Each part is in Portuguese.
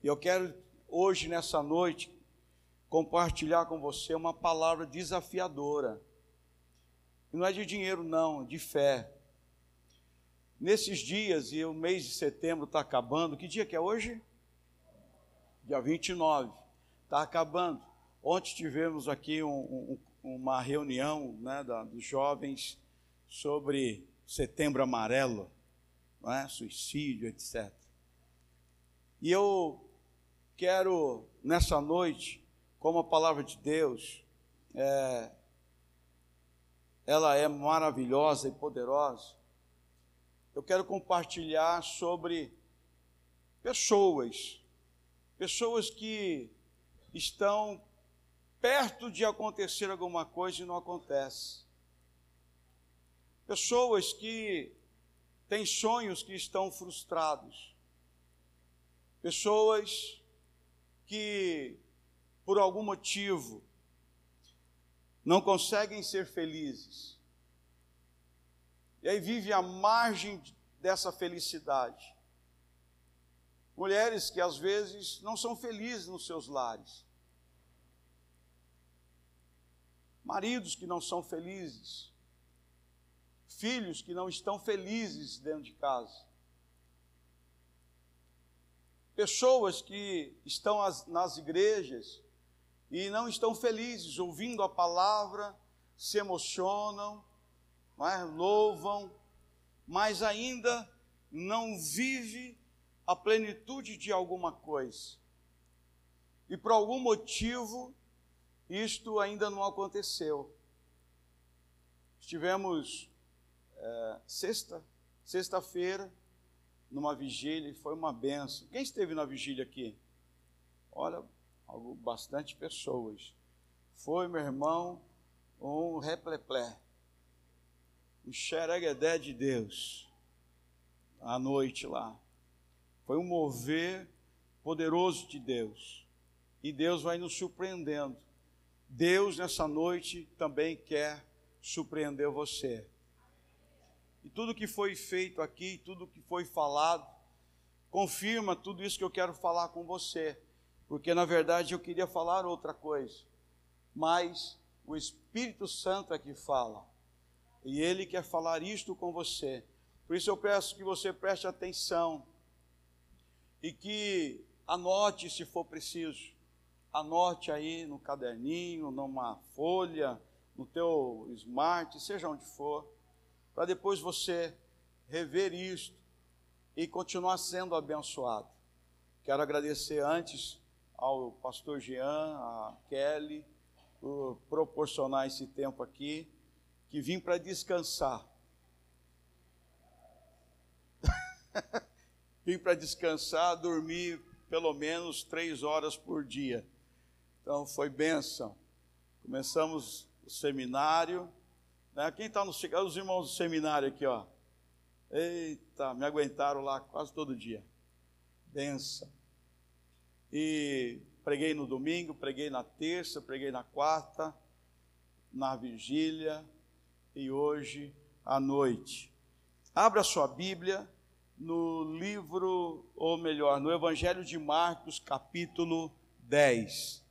E eu quero hoje, nessa noite, compartilhar com você uma palavra desafiadora. E não é de dinheiro não, de fé. Nesses dias, e o mês de setembro está acabando, que dia que é hoje? Dia 29, está acabando. Ontem tivemos aqui uma reunião, né, dos jovens sobre Setembro Amarelo, né, suicídio, etc. E eu quero, nessa noite, como a palavra de Deus, ela é maravilhosa e poderosa, eu quero compartilhar sobre pessoas que estão perto de acontecer alguma coisa e não acontece. Pessoas que têm sonhos que estão frustrados. Pessoas que, por algum motivo, não conseguem ser felizes. E aí vive à margem dessa felicidade. Mulheres que às vezes não são felizes nos seus lares. Maridos que não são felizes. Filhos que não estão felizes dentro de casa. Pessoas que estão nas igrejas e não estão felizes, ouvindo a palavra, se emocionam, louvam, mas ainda não vive a plenitude de alguma coisa. E por algum motivo, isto ainda não aconteceu. Estivemos sexta-feira, numa vigília, e foi uma bênção. Quem esteve na vigília aqui? Olha, bastante pessoas. Foi, meu irmão, um repleplé, um xereguedé de Deus, à noite lá. Foi um mover poderoso de Deus. E Deus vai nos surpreendendo. Deus, nessa noite, também quer surpreender você. E tudo que foi feito aqui, tudo que foi falado, confirma tudo isso que eu quero falar com você. Porque, na verdade, eu queria falar outra coisa. Mas o Espírito Santo é que fala. E Ele quer falar isto com você. Por isso eu peço que você preste atenção. E que anote se for preciso. Anote aí no caderninho, numa folha, no teu smart, seja onde for, para depois você rever isto e continuar sendo abençoado. Quero agradecer antes ao pastor Jean, a Kelly, por proporcionar esse tempo aqui, que vim para descansar. Vim para descansar, dormir pelo menos 3 horas por dia. Então foi bênção. Começamos o seminário, né? Quem está os irmãos do seminário aqui, ó. Eita, me aguentaram lá quase todo dia. Bênção. E preguei no domingo, preguei na terça, preguei na quarta, na vigília e hoje à noite. Abra sua Bíblia no livro, ou melhor, no Evangelho de Marcos, capítulo 10.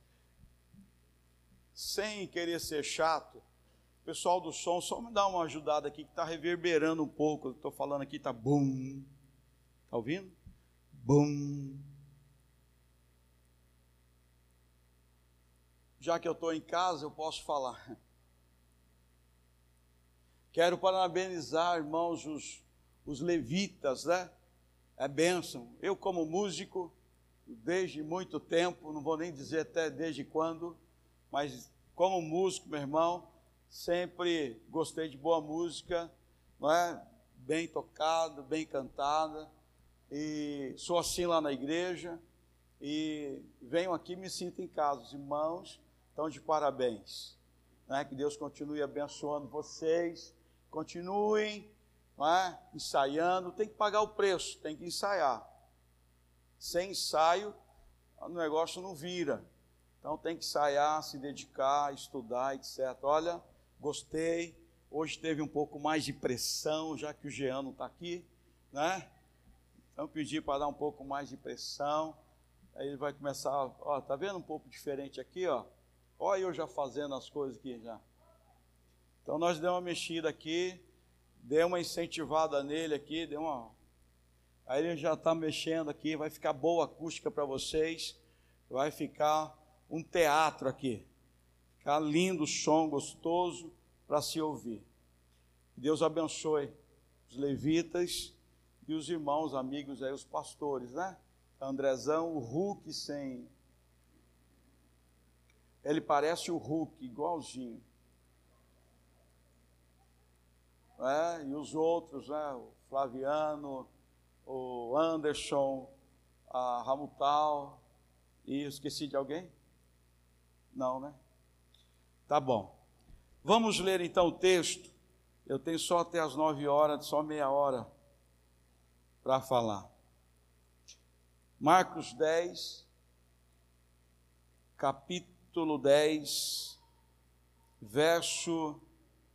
Sem querer ser chato, pessoal do som, só me dá uma ajudada aqui, que está reverberando um pouco. Eu estou falando aqui, está bum. Está ouvindo? Bum. Já que eu estou em casa, eu posso falar. Quero parabenizar, irmãos, os levitas, né? É bênção. Eu, como músico, desde muito tempo, não vou nem dizer até desde quando, mas como músico, meu irmão, sempre gostei de boa música, não é? Bem tocada, bem cantada, e sou assim lá na igreja, e venho aqui e me sinto em casa. Os irmãos estão de parabéns, né? Que Deus continue abençoando vocês, continuem, não é? Ensaiando. Tem que pagar o preço, tem que ensaiar. Sem ensaio, o negócio não vira. Então tem que ensaiar, se dedicar, estudar, etc. Olha, gostei. Hoje teve um pouco mais de pressão, já que o Jean não está aqui, né? Então pedi para dar um pouco mais de pressão. Aí ele vai começar, ó, tá vendo um pouco diferente aqui, ó? Olha eu já fazendo as coisas aqui já. Então nós demos uma mexida aqui, deu uma incentivada nele aqui, aí ele já está mexendo aqui, vai ficar boa acústica para vocês, vai ficar um teatro aqui, ficar lindo, som gostoso para se ouvir. Deus abençoe os levitas e os irmãos, amigos aí, os pastores, né? Andrezão, o Hulk ele parece o Hulk, igualzinho. E os outros, né? O Flaviano, o Anderson, a Ramutal, e esqueci de alguém? Não, né? Tá bom. Vamos ler então o texto. Eu tenho só até as 9 horas, só meia hora para falar. Marcos 10, capítulo 10, verso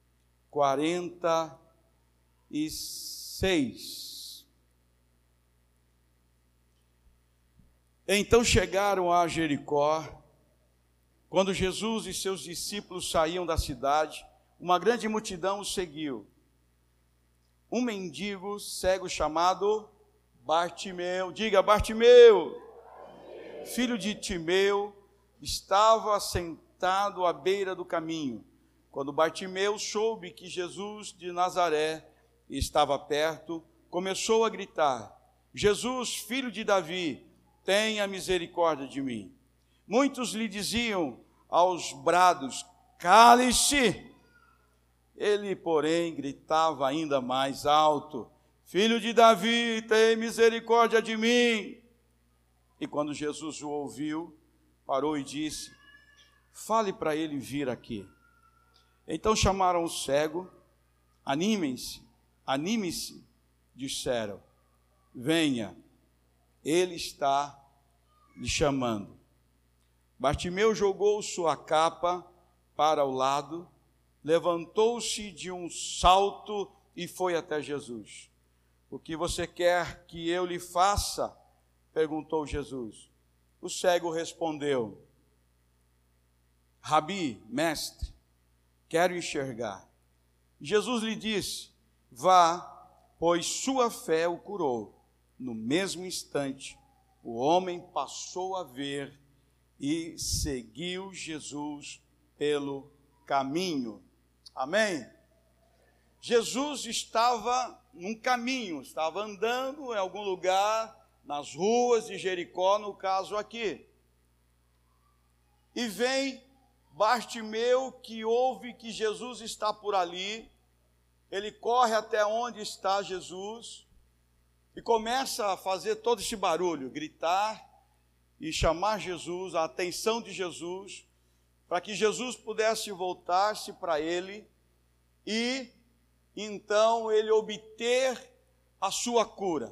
46. Então chegaram a Jericó. Quando Jesus e seus discípulos saíam da cidade, uma grande multidão os seguiu. Um mendigo cego chamado Bartimeu, diga Bartimeu, filho de Timeu, estava sentado à beira do caminho. Quando Bartimeu soube que Jesus de Nazaré estava perto, começou a gritar: Jesus, filho de Davi, tenha misericórdia de mim. Muitos lhe diziam aos brados: cale-se. Ele, porém, gritava ainda mais alto: Filho de Davi, tem misericórdia de mim. E quando Jesus o ouviu, parou e disse: fale para ele vir aqui. Então chamaram o cego. Animem-se, anime-se, disseram: venha, ele está lhe chamando. Bartimeu jogou sua capa para o lado, levantou-se de um salto e foi até Jesus. O que você quer que eu lhe faça? Perguntou Jesus. O cego respondeu: Rabi, mestre, quero enxergar. Jesus lhe disse: vá, pois sua fé o curou. No mesmo instante, o homem passou a ver e seguiu Jesus pelo caminho. Amém? Jesus estava num caminho, estava andando em algum lugar, nas ruas de Jericó, no caso aqui. E vem Bartimeu, que ouve que Jesus está por ali, ele corre até onde está Jesus e começa a fazer todo esse barulho, gritar e chamar Jesus, a atenção de Jesus, para que Jesus pudesse voltar-se para ele e então ele obter a sua cura.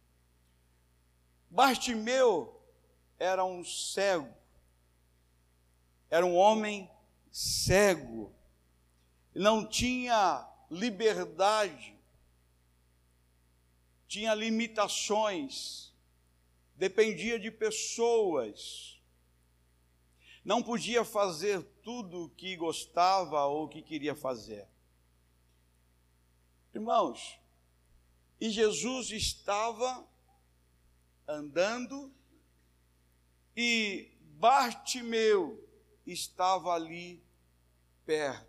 Bartimeu era um cego, era um homem cego, não tinha liberdade, tinha limitações, dependia de pessoas, não podia fazer tudo o que gostava ou o que queria fazer. Irmãos, e Jesus estava andando e Bartimeu estava ali perto.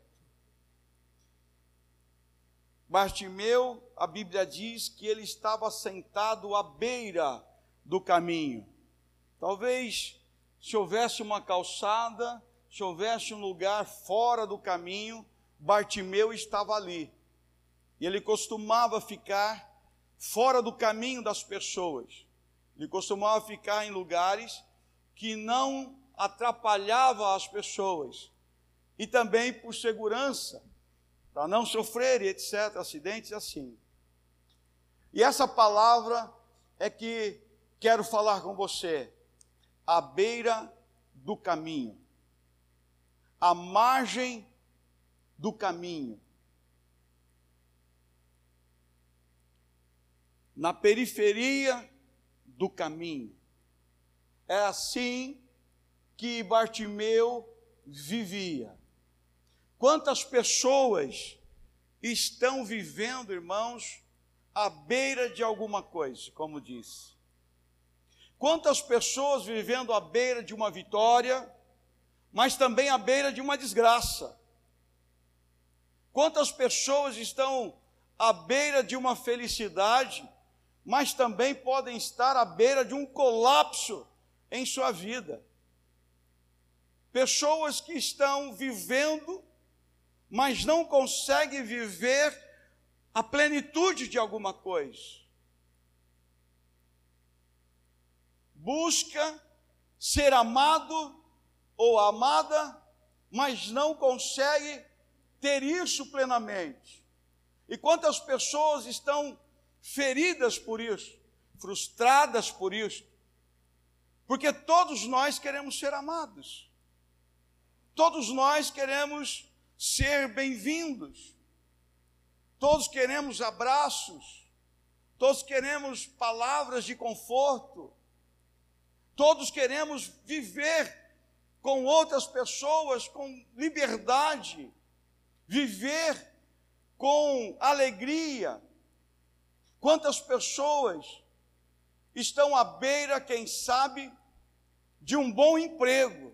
Bartimeu, a Bíblia diz que ele estava sentado à beira do caminho. Talvez se houvesse uma calçada, se houvesse um lugar fora do caminho, Bartimeu estava ali. E ele costumava ficar fora do caminho das pessoas. Ele costumava ficar em lugares que não atrapalhavam as pessoas. E também por segurança, para não sofrer, etc., acidentes assim. E essa palavra é que quero falar com você. À beira do caminho. À margem do caminho. Na periferia do caminho. É assim que Bartimeu vivia. Quantas pessoas estão vivendo, irmãos, à beira de alguma coisa, como disse. Quantas pessoas vivendo à beira de uma vitória, mas também à beira de uma desgraça. Quantas pessoas estão à beira de uma felicidade, mas também podem estar à beira de um colapso em sua vida. Pessoas que estão vivendo, mas não conseguem viver a plenitude de alguma coisa. Busca ser amado ou amada, mas não consegue ter isso plenamente. E quantas pessoas estão feridas por isso, frustradas por isso, porque todos nós queremos ser amados, todos nós queremos ser bem-vindos, todos queremos abraços, todos queremos palavras de conforto, todos queremos viver com outras pessoas com liberdade, viver com alegria. Quantas pessoas estão à beira, quem sabe, de um bom emprego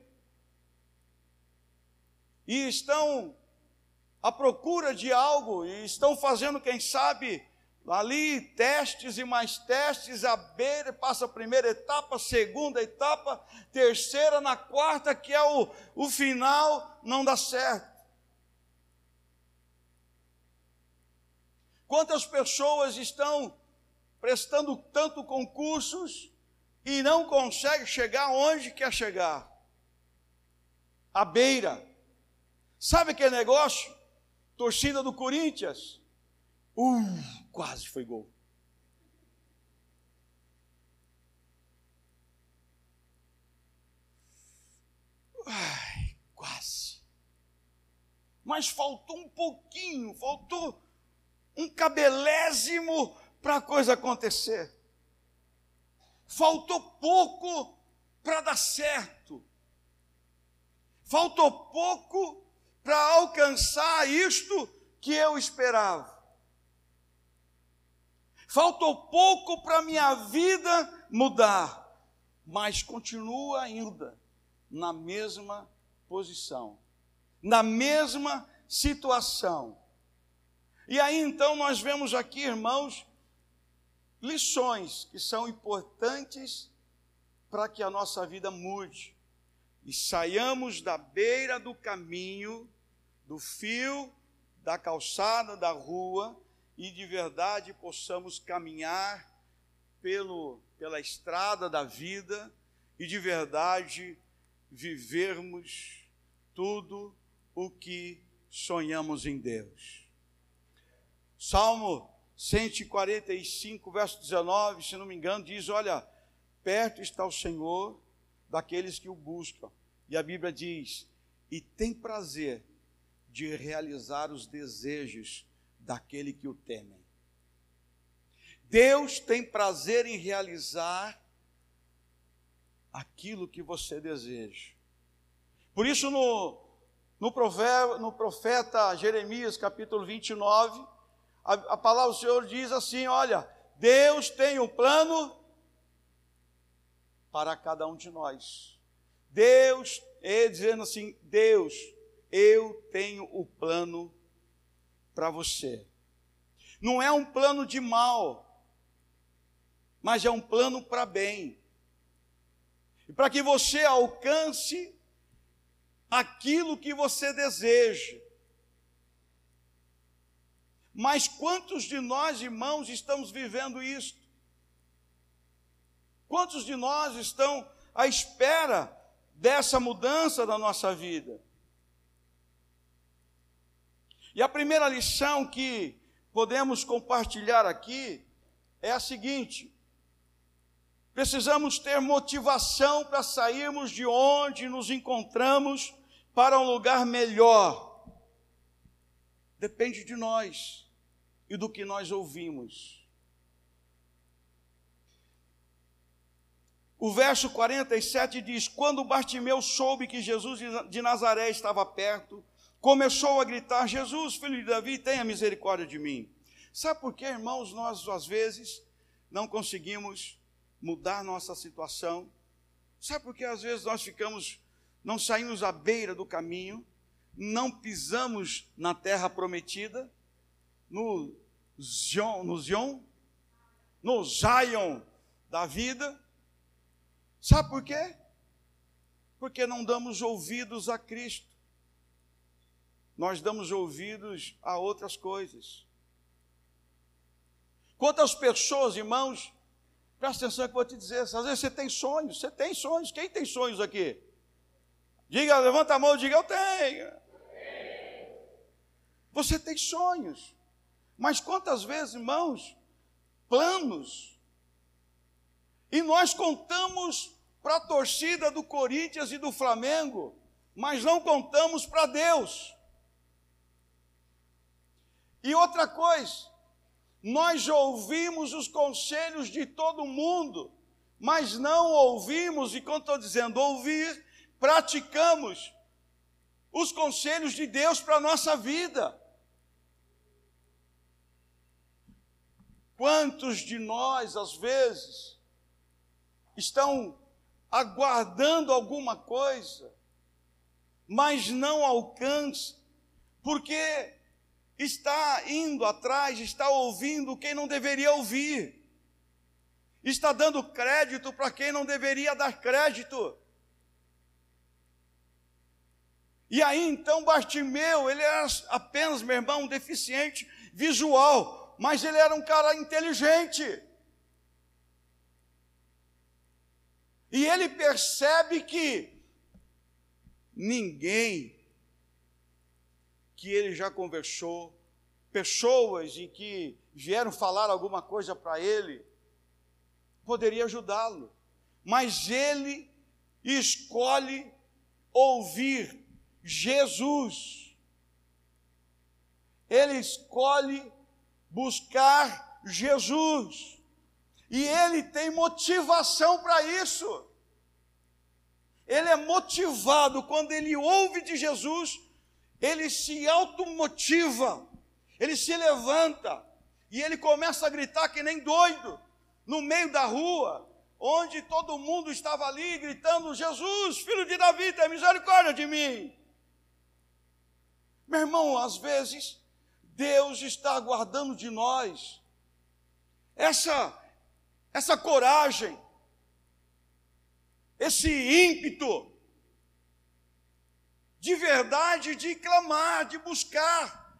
e estão à procura de algo e estão fazendo, quem sabe, ali testes e mais testes, à beira, passa a primeira etapa, segunda etapa, terceira, na quarta, que é o final, não dá certo. Quantas pessoas estão prestando tanto concursos e não conseguem chegar onde quer chegar? À beira. Sabe aquele negócio? Torcida do Corinthians. Quase foi gol. Quase. Mas faltou um pouquinho, faltou um cabelésimo para a coisa acontecer. Faltou pouco para dar certo. Faltou pouco para alcançar isto que eu esperava. Faltou pouco para a minha vida mudar, mas continua ainda na mesma posição, na mesma situação. E aí então nós vemos aqui, irmãos, lições que são importantes para que a nossa vida mude e saiamos da beira do caminho, do fio, da calçada, da rua, e de verdade possamos caminhar pela estrada da vida e de verdade vivermos tudo o que sonhamos em Deus. Salmo 145, verso 19, se não me engano, diz, olha, perto está o Senhor daqueles que o buscam. E a Bíblia diz, e tem prazer de realizar os desejos daquele que o temem. Deus tem prazer em realizar aquilo que você deseja. Por isso no profeta Jeremias, capítulo 29, a palavra do Senhor diz assim, olha, Deus tem um plano para cada um de nós. Deus, dizendo assim, Deus, eu tenho o plano para você. Não é um plano de mal, mas é um plano para bem. E para que você alcance aquilo que você deseja. Mas quantos de nós, irmãos, estamos vivendo isso? Quantos de nós estão à espera dessa mudança da nossa vida? E a primeira lição que podemos compartilhar aqui é a seguinte: precisamos ter motivação para sairmos de onde nos encontramos para um lugar melhor. Depende de nós e do que nós ouvimos. O verso 47 diz: quando Bartimeu soube que Jesus de Nazaré estava perto, começou a gritar: Jesus, filho de Davi, tenha misericórdia de mim. Sabe por quê, irmãos, nós às vezes não conseguimos mudar nossa situação? Sabe por que às vezes nós não saímos à beira do caminho, não pisamos na terra prometida, no Zion da vida? Sabe por quê? Porque não damos ouvidos a Cristo. Nós damos ouvidos a outras coisas. Quantas pessoas, irmãos, presta atenção que eu vou te dizer, às vezes você tem sonhos. Quem tem sonhos aqui? Diga, levanta a mão e diga: eu tenho. Você tem sonhos. Mas quantas vezes, irmãos, planos, e nós contamos para a torcida do Corinthians e do Flamengo, mas não contamos para Deus. E outra coisa, nós ouvimos os conselhos de todo mundo, mas não ouvimos, e quando estou dizendo ouvir, praticamos os conselhos de Deus para a nossa vida. Quantos de nós, às vezes, estão aguardando alguma coisa, mas não alcança, porque está indo atrás, está ouvindo quem não deveria ouvir, está dando crédito para quem não deveria dar crédito. E aí então Bartimeu, ele era apenas, meu irmão, um deficiente visual, mas ele era um cara inteligente. E ele percebe que ninguém que ele já conversou, pessoas em que vieram falar alguma coisa para ele, poderia ajudá-lo. Mas ele escolhe ouvir Jesus. Ele escolhe buscar Jesus. E ele tem motivação para isso. Ele é motivado quando ele ouve de Jesus, ele se automotiva, ele se levanta e ele começa a gritar que nem doido no meio da rua, onde todo mundo estava ali gritando: Jesus, filho de Davi, tenha misericórdia de mim. Meu irmão, às vezes Deus está aguardando de nós essa coragem, esse ímpeto de verdade, de clamar, de buscar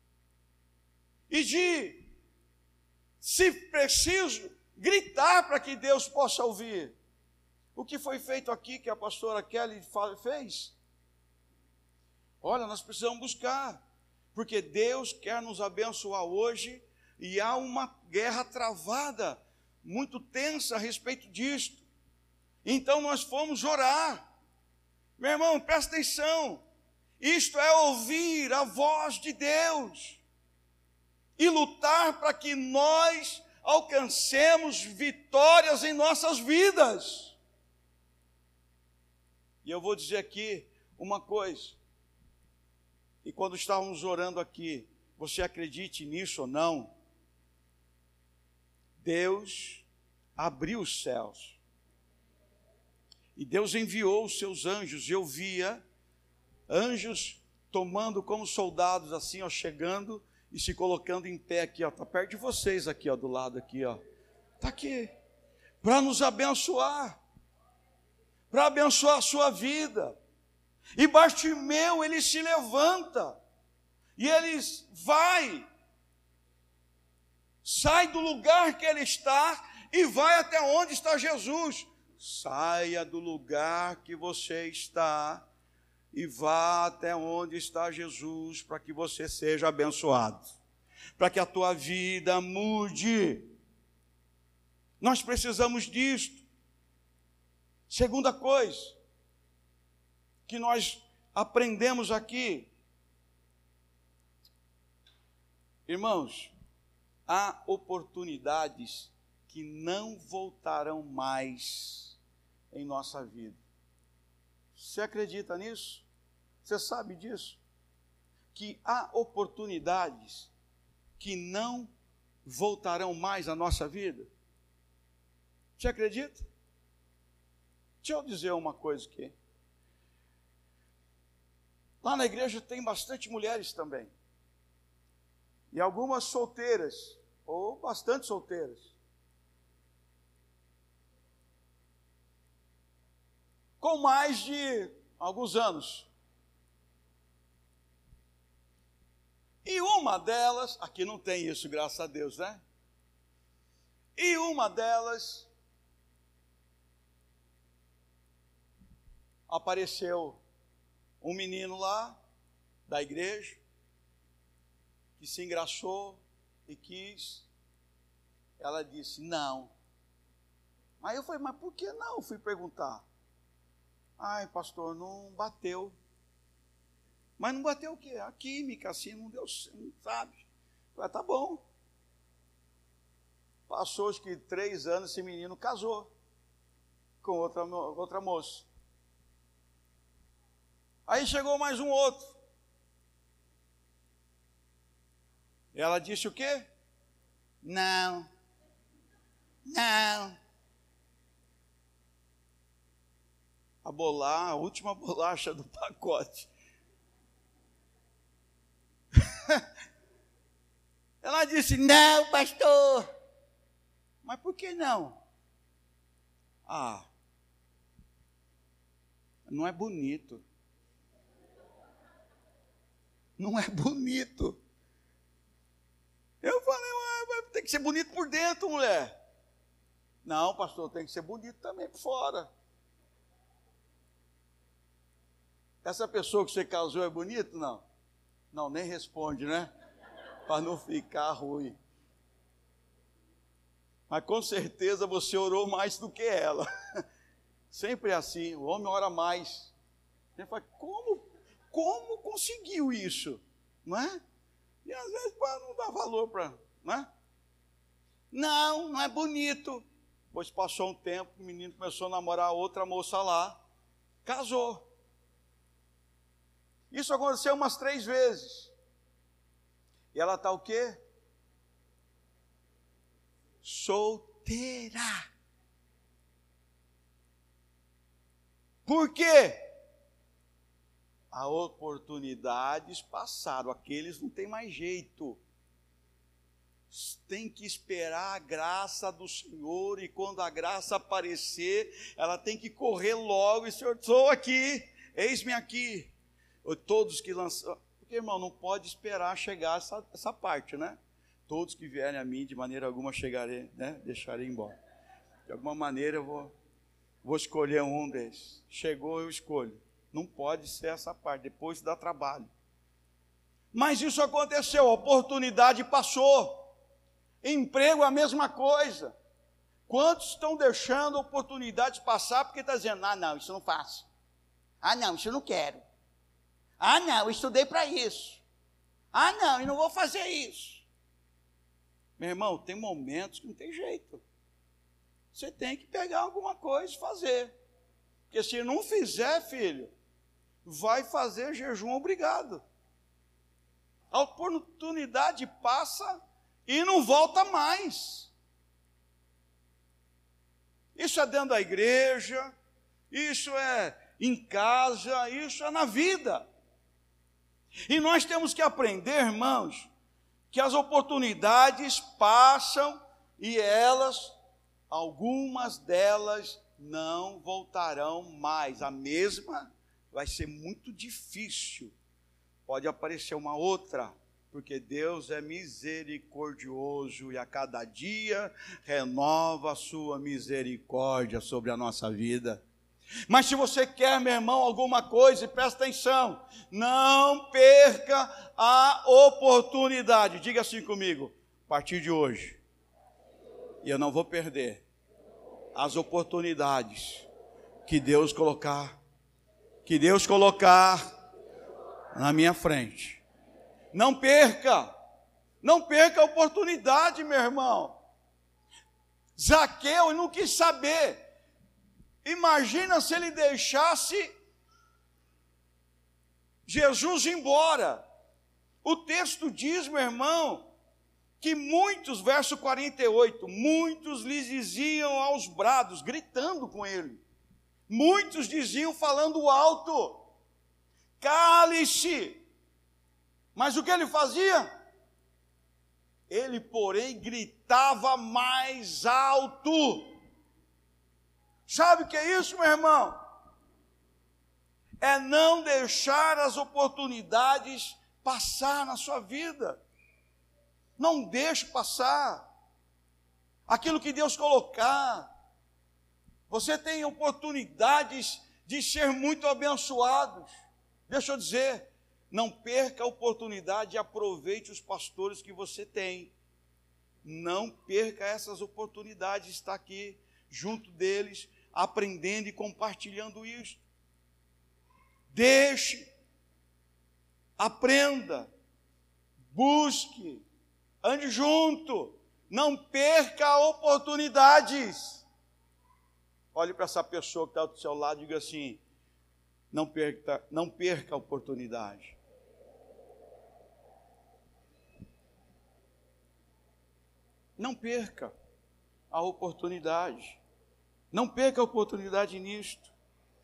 e de, se preciso, gritar para que Deus possa ouvir. O que foi feito aqui, que a pastora Kelly fez? Olha, nós precisamos buscar, porque Deus quer nos abençoar hoje e há uma guerra travada, muito tensa a respeito disto. Então nós fomos orar. Meu irmão, presta atenção, isto é ouvir a voz de Deus e lutar para que nós alcancemos vitórias em nossas vidas. E eu vou dizer aqui uma coisa, e quando estávamos orando aqui, você acredite nisso ou não, Deus abriu os céus. E Deus enviou os seus anjos. Eu via anjos tomando como soldados assim, ó, chegando e se colocando em pé aqui, ó, tá perto de vocês aqui, ó, do lado aqui, ó. Tá aqui para nos abençoar, para abençoar a sua vida. E Bartimeu, ele se levanta e ele sai do lugar que ele está e vai até onde está Jesus. Saia do lugar que você está e vá até onde está Jesus, para que você seja abençoado, para que a tua vida mude. Nós precisamos disto. Segunda coisa que nós aprendemos aqui, irmãos, há oportunidades que não voltarão mais em nossa vida. Você acredita nisso? Você sabe disso? Que há oportunidades que não voltarão mais à nossa vida? Você acredita? Deixa eu dizer uma coisa aqui. Lá na igreja tem bastante mulheres também. E algumas solteiras, ou bastante solteiras. Com mais de alguns anos. E uma delas, aqui não tem isso, graças a Deus, né? E uma delas apareceu um menino lá da igreja que se engraxou e quis. Ela disse, não. Aí eu falei, mas por que não? Fui perguntar. Ai, pastor, não bateu. Mas não bateu o quê? A química, assim, não deu, não sabe. Eu falei, tá bom. Passou, acho que 3 anos, esse menino casou com outra moça. Aí chegou mais um outro. E ela disse o quê? Não. A última bolacha do pacote. Ela disse, não, pastor. Mas por que não? Ah, não é bonito. Não é bonito. Eu falei, mas tem que ser bonito por dentro, mulher. Não, pastor, tem que ser bonito também por fora. Essa pessoa que você casou é bonita? Não. Não, nem responde, né? Para não ficar ruim. Mas com certeza você orou mais do que ela. Sempre é assim, o homem ora mais. Você fala, como conseguiu isso? Não é? E às vezes não dá valor para, não é? Não é bonito. Depois passou um tempo, o menino começou a namorar outra moça lá, casou. Isso aconteceu umas 3 vezes. E ela está o quê? Solteira. Por quê? As oportunidades passaram, aqueles não tem mais jeito. Tem que esperar a graça do Senhor, e quando a graça aparecer, ela tem que correr logo, e Senhor, estou aqui, eis-me aqui. Todos que lançam, porque irmão, não pode esperar chegar essa parte, né? Todos que vierem a mim, de maneira alguma chegarei, né? Deixarei embora. De alguma maneira eu vou escolher um desses. Chegou, eu escolho. Não pode ser essa parte, depois dá trabalho. Mas isso aconteceu, a oportunidade passou. Emprego, a mesma coisa. Quantos estão deixando a oportunidade passar porque está dizendo, não, isso não faço. Não, isso eu não quero. Não, eu estudei para isso. Não, eu não vou fazer isso. Meu irmão, tem momentos que não tem jeito. Você tem que pegar alguma coisa e fazer. Porque se não fizer, filho, vai fazer jejum obrigado. A oportunidade passa e não volta mais. Isso é dentro da igreja, isso é em casa, isso é na vida. E nós temos que aprender, irmãos, que as oportunidades passam e algumas delas não voltarão mais. A mesma vai ser muito difícil. Pode aparecer uma outra, porque Deus é misericordioso e a cada dia renova a sua misericórdia sobre a nossa vida. Mas se você quer, meu irmão, alguma coisa, presta atenção, não perca a oportunidade. Diga assim comigo, a partir de hoje, e eu não vou perder as oportunidades que Deus colocar na minha frente. Não perca a oportunidade, meu irmão. Zaqueu não quis saber. Imagina se ele deixasse Jesus ir embora. O texto diz, meu irmão, que muitos, verso 48, muitos lhes diziam aos brados, gritando com ele. Muitos diziam falando alto, cale-se. Mas o que ele fazia? Ele, porém, gritava mais alto. Sabe o que é isso, meu irmão? É não deixar as oportunidades passar na sua vida. Não deixe passar aquilo que Deus colocar. Você tem oportunidades de ser muito abençoados. Deixa eu dizer, não perca a oportunidade e aproveite os pastores que você tem. Não perca essas oportunidades de estar aqui junto deles, aprendendo e compartilhando isso. Deixe, aprenda, busque, ande junto, não perca oportunidades. Olhe para essa pessoa que está do seu lado e diga assim: não perca a oportunidade. Não perca a oportunidade. Não perca a oportunidade nisto.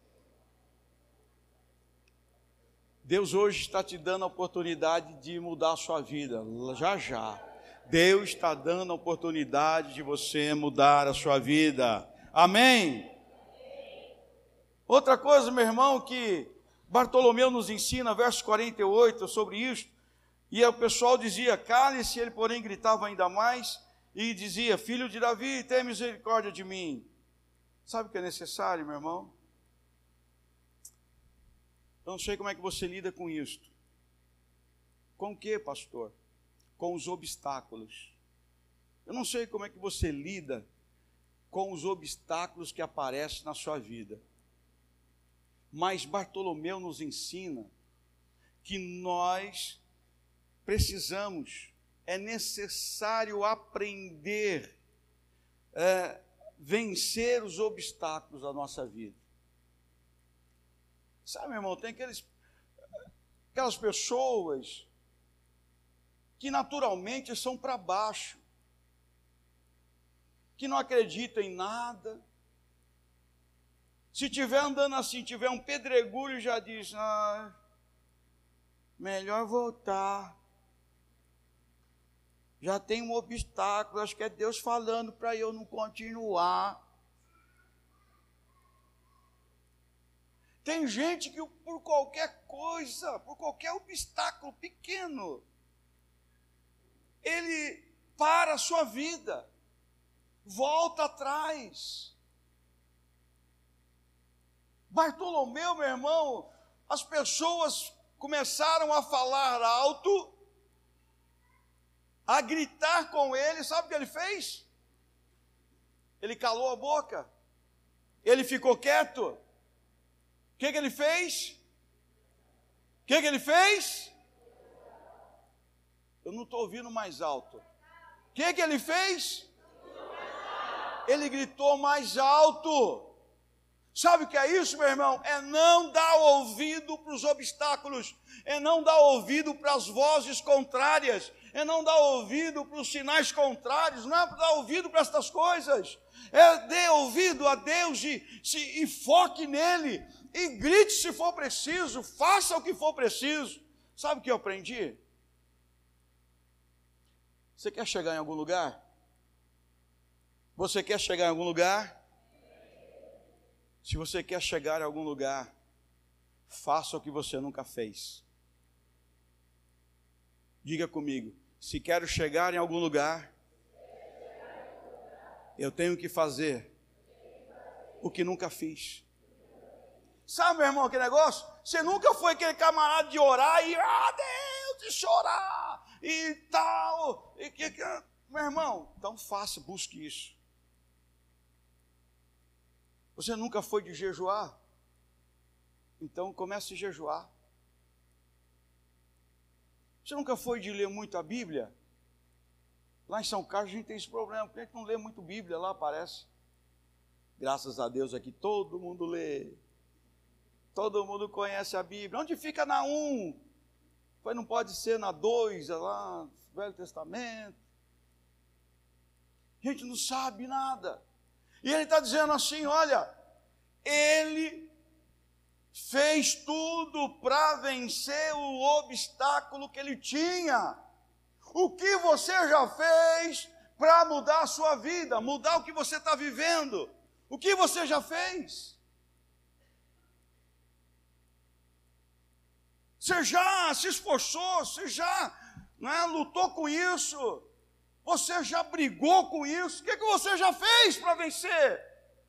Deus hoje está te dando a oportunidade de mudar a sua vida, já já. Deus está dando a oportunidade de você mudar a sua vida. Amém? Outra coisa, meu irmão, que Bartolomeu nos ensina, verso 48, sobre isso, e o pessoal dizia, cale-se, ele porém gritava ainda mais, e dizia, filho de Davi, tenha misericórdia de mim. Sabe o que é necessário, meu irmão? Eu não sei como é que você lida com isto. Com o que, pastor? Com os obstáculos. Eu não sei como é que você lida com os obstáculos que aparecem na sua vida. Mas Bartolomeu nos ensina que nós precisamos, é necessário aprender, vencer os obstáculos da nossa vida. Sabe, meu irmão, tem aquelas pessoas que naturalmente são para baixo, que não acreditam em nada. Se tiver andando assim, tiver um pedregulho, já diz, melhor voltar. Já tem um obstáculo, acho que é Deus falando para eu não continuar. Tem gente que por qualquer coisa, por qualquer obstáculo pequeno, ele para a sua vida, volta atrás. Bartolomeu, meu irmão, as pessoas começaram a falar alto, a gritar com ele, sabe o que ele fez? Ele calou a boca, ele ficou quieto. O que ele fez? O que ele fez? Eu não estou ouvindo mais alto. O que ele fez? Ele gritou mais alto. Sabe o que é isso, meu irmão? É não dar ouvido para os obstáculos, é não dar ouvido para as vozes contrárias, é não dar ouvido para os sinais contrários, não é para dar ouvido para estas coisas. É dê ouvido a Deus e foque nele, e grite se for preciso, faça o que for preciso. Sabe o que eu aprendi? Você quer chegar em algum lugar? Você quer chegar em algum lugar? Se você quer chegar em algum lugar, faça o que você nunca fez. Diga comigo, se quero chegar em algum lugar, eu tenho que fazer o que nunca fiz. Sabe, meu irmão, que negócio? Você nunca foi aquele camarada de orar e, Deus, de chorar e tal. Meu irmão, então faça, busque isso. Você nunca foi de jejuar? Então comece a jejuar. Você nunca foi de ler muito a Bíblia? Lá em São Carlos a gente tem esse problema, porque a gente não lê muito Bíblia lá, parece. Graças a Deus aqui todo mundo lê. Todo mundo conhece a Bíblia. Onde fica na 1? Pois não pode ser na 2, é lá no Velho Testamento. A gente não sabe nada. E ele está dizendo assim, olha, ele fez tudo para vencer o obstáculo que ele tinha. O que você já fez para mudar a sua vida, mudar o que você está vivendo? O que você já fez? Você já se esforçou, você já lutou com isso, você já brigou com isso, o que você já fez para vencer?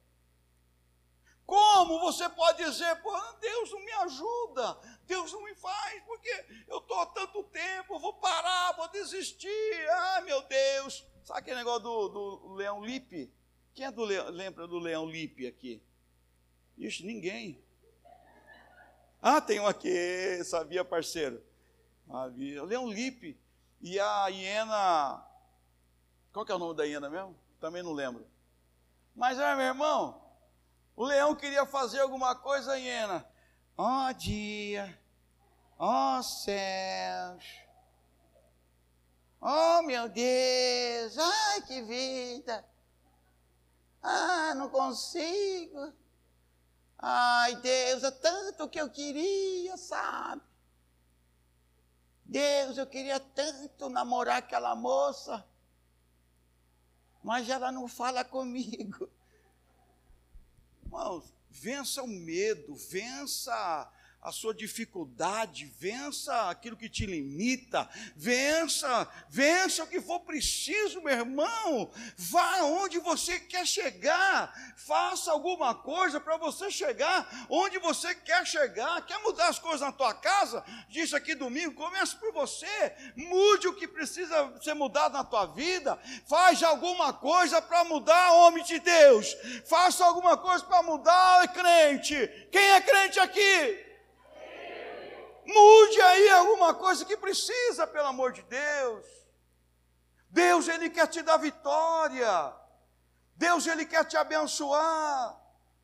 Como você pode dizer, pô, Deus não me ajuda, Deus não me faz, porque eu estou há tanto tempo, eu vou parar, vou desistir, meu Deus. Sabe aquele negócio do Leão Lippe? Quem lembra do Leão Lippe aqui? Ixi, ninguém. Tem um aqui, sabia, parceiro? Havia. Leão Lippe e a hiena, qual que é o nome da hiena mesmo? Também não lembro. Mas, meu irmão, o leão queria fazer alguma coisa, a hiena. Ó dia, ó céus, ó meu Deus, ai que vida, não consigo, ai Deus, é tanto que eu queria, sabe? Deus, eu queria tanto namorar aquela moça, mas ela não fala comigo. Irmãos, vença o medo, vença a sua dificuldade, vença aquilo que te limita, vença o que for preciso, meu irmão. Vá onde você quer chegar, faça alguma coisa para você chegar onde você quer chegar. Quer mudar as coisas na tua casa? Disse aqui domingo, comece por você, mude o que precisa ser mudado na tua vida, faz alguma coisa para mudar, homem de Deus, faça alguma coisa para mudar, crente. Quem é crente aqui? Mude aí alguma coisa que precisa, pelo amor de Deus. Deus, Ele quer te dar vitória. Deus, Ele quer te abençoar.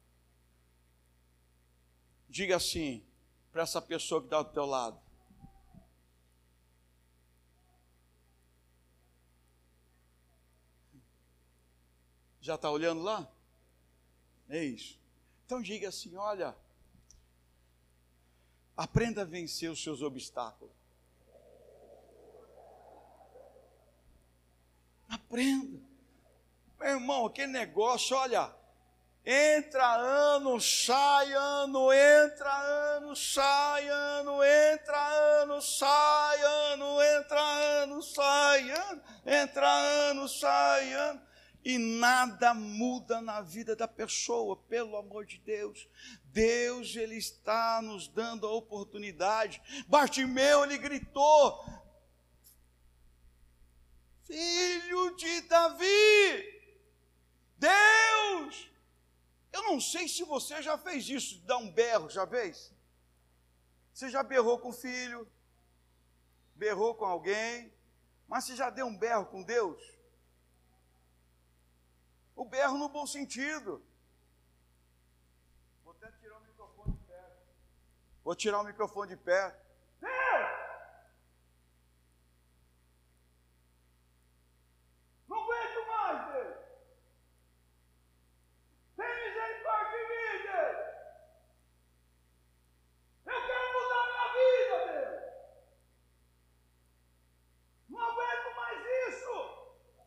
Diga assim para essa pessoa que está do teu lado: já está olhando lá? É isso. Então diga assim, olha, aprenda a vencer os seus obstáculos. Aprenda. Meu irmão, aquele negócio, olha, entra ano, sai ano, entra ano, sai ano, entra ano, sai ano, entra ano, sai ano, entra ano, sai ano. E nada muda na vida da pessoa, pelo amor de Deus. Deus, Ele está nos dando a oportunidade. Bartimeu, ele gritou: Filho de Davi, Deus! Eu não sei se você já fez isso, dar um berro, já fez? Você já berrou com o filho, berrou com alguém, mas você já deu um berro com Deus? O berro no bom sentido. Vou até tirar o microfone de perto. Vou tirar o microfone de perto. Não aguento mais, Deus. Tem misericórdia de mim, Deus. Eu quero mudar minha vida, Deus. Não aguento mais isso.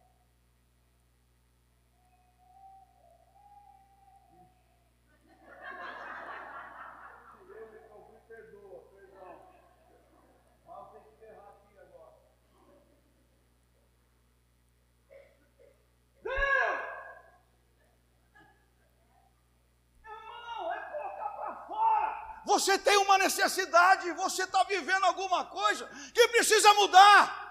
Você tem uma necessidade, você está vivendo alguma coisa que precisa mudar.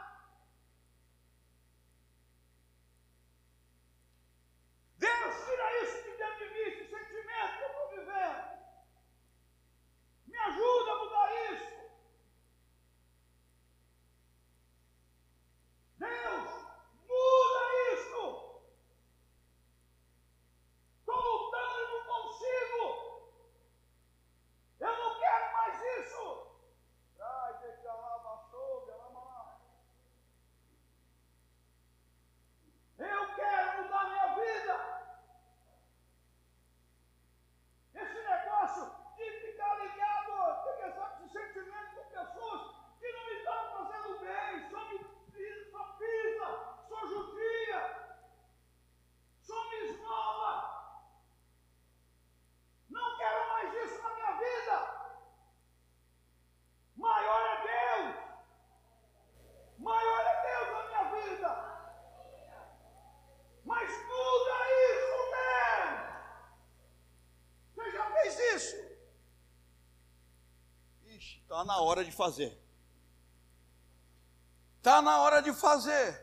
Deus, tira isso de dentro de mim, esse sentimento que eu estou vivendo. Me ajuda a mudar isso. Deus, muda isso. Estou lutando Está na hora de fazer. Está na hora de fazer.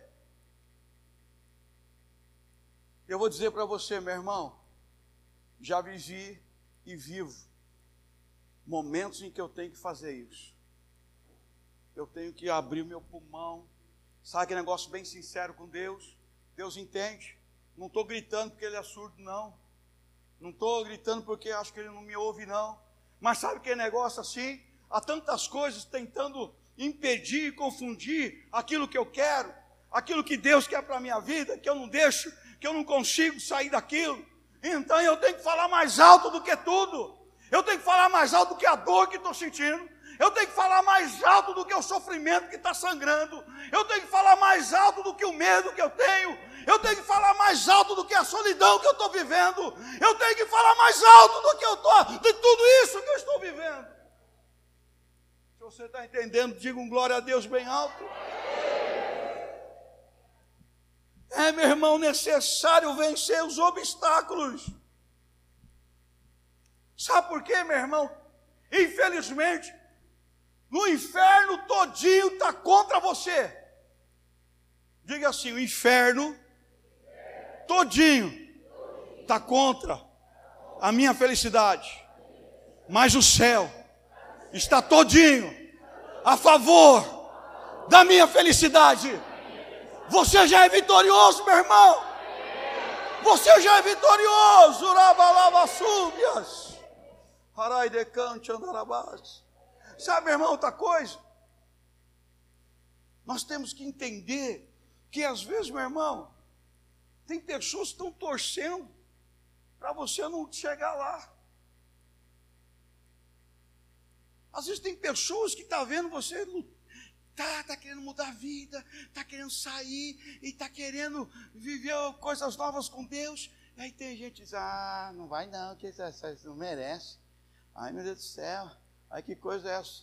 Eu vou dizer para você, meu irmão, já vivi e vivo momentos em que eu tenho que fazer isso. Eu tenho que abrir o meu pulmão. Sabe aquele negócio bem sincero com Deus? Deus entende. Não estou gritando porque Ele é surdo, não. Não estou gritando porque acho que Ele não me ouve, não. Mas sabe aquele negócio assim? Há tantas coisas tentando impedir e confundir aquilo que eu quero, aquilo que Deus quer para a minha vida, que eu não deixo, que eu não consigo sair daquilo. Então eu tenho que falar mais alto do que tudo. Eu tenho que falar mais alto do que a dor que estou sentindo. Eu tenho que falar mais alto do que o sofrimento que está sangrando. Eu tenho que falar mais alto do que o medo que eu tenho. Eu tenho que falar mais alto do que a solidão que eu estou vivendo. Eu tenho que falar mais alto do que eu estou, de tudo isso que eu estou vivendo. Se você está entendendo, diga um glória a Deus bem alto. É, meu irmão, necessário vencer os obstáculos. Sabe por quê, meu irmão? Infelizmente, no inferno todinho está contra você. Diga assim, o inferno todinho está contra a minha felicidade. Mas o céu está todinho a favor da minha felicidade. Você já é vitorioso, meu irmão. Você já é vitorioso. Urabalavassúbias. Araidecante andarabás. Sabe, meu irmão, outra coisa? Nós temos que entender que às vezes, meu irmão, tem pessoas que estão torcendo para você não chegar lá. Às vezes tem pessoas que estão vendo você lutar. Está querendo mudar a vida, está querendo sair e está querendo viver coisas novas com Deus. E aí tem gente que diz, não vai não, que você não merece. Ai, meu Deus do céu, ai, que coisa é essa?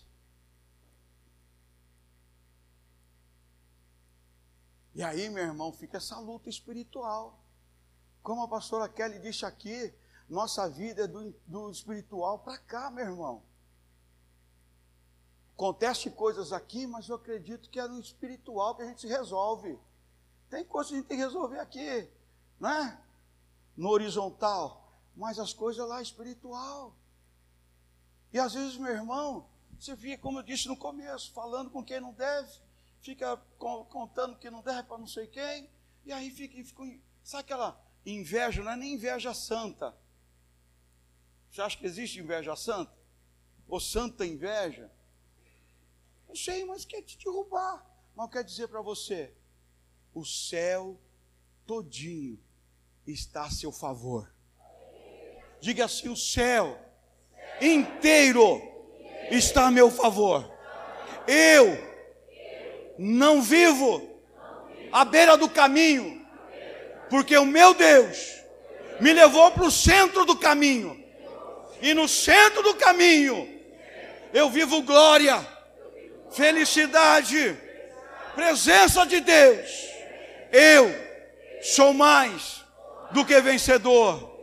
E aí, meu irmão, fica essa luta espiritual. Como a pastora Kelly disse aqui, nossa vida é do espiritual para cá, meu irmão. Acontece coisas aqui, mas eu acredito que é no espiritual que a gente se resolve. Tem coisas que a gente tem que resolver aqui, né? No horizontal, mas as coisas lá espiritual. E às vezes, meu irmão, você fica, como eu disse no começo, falando com quem não deve, fica contando que não deve para não sei quem, e aí fica, sabe aquela inveja? Não é nem inveja santa. Você acha que existe inveja santa? Ou santa inveja? Não sei, mas quer te derrubar. Mas eu quero dizer para você, o céu todinho está a seu favor. Diga assim, o céu inteiro está a meu favor. Eu não vivo à beira do caminho, porque o meu Deus me levou para o centro do caminho. E no centro do caminho eu vivo glória, felicidade, presença de Deus. Eu sou mais do que vencedor.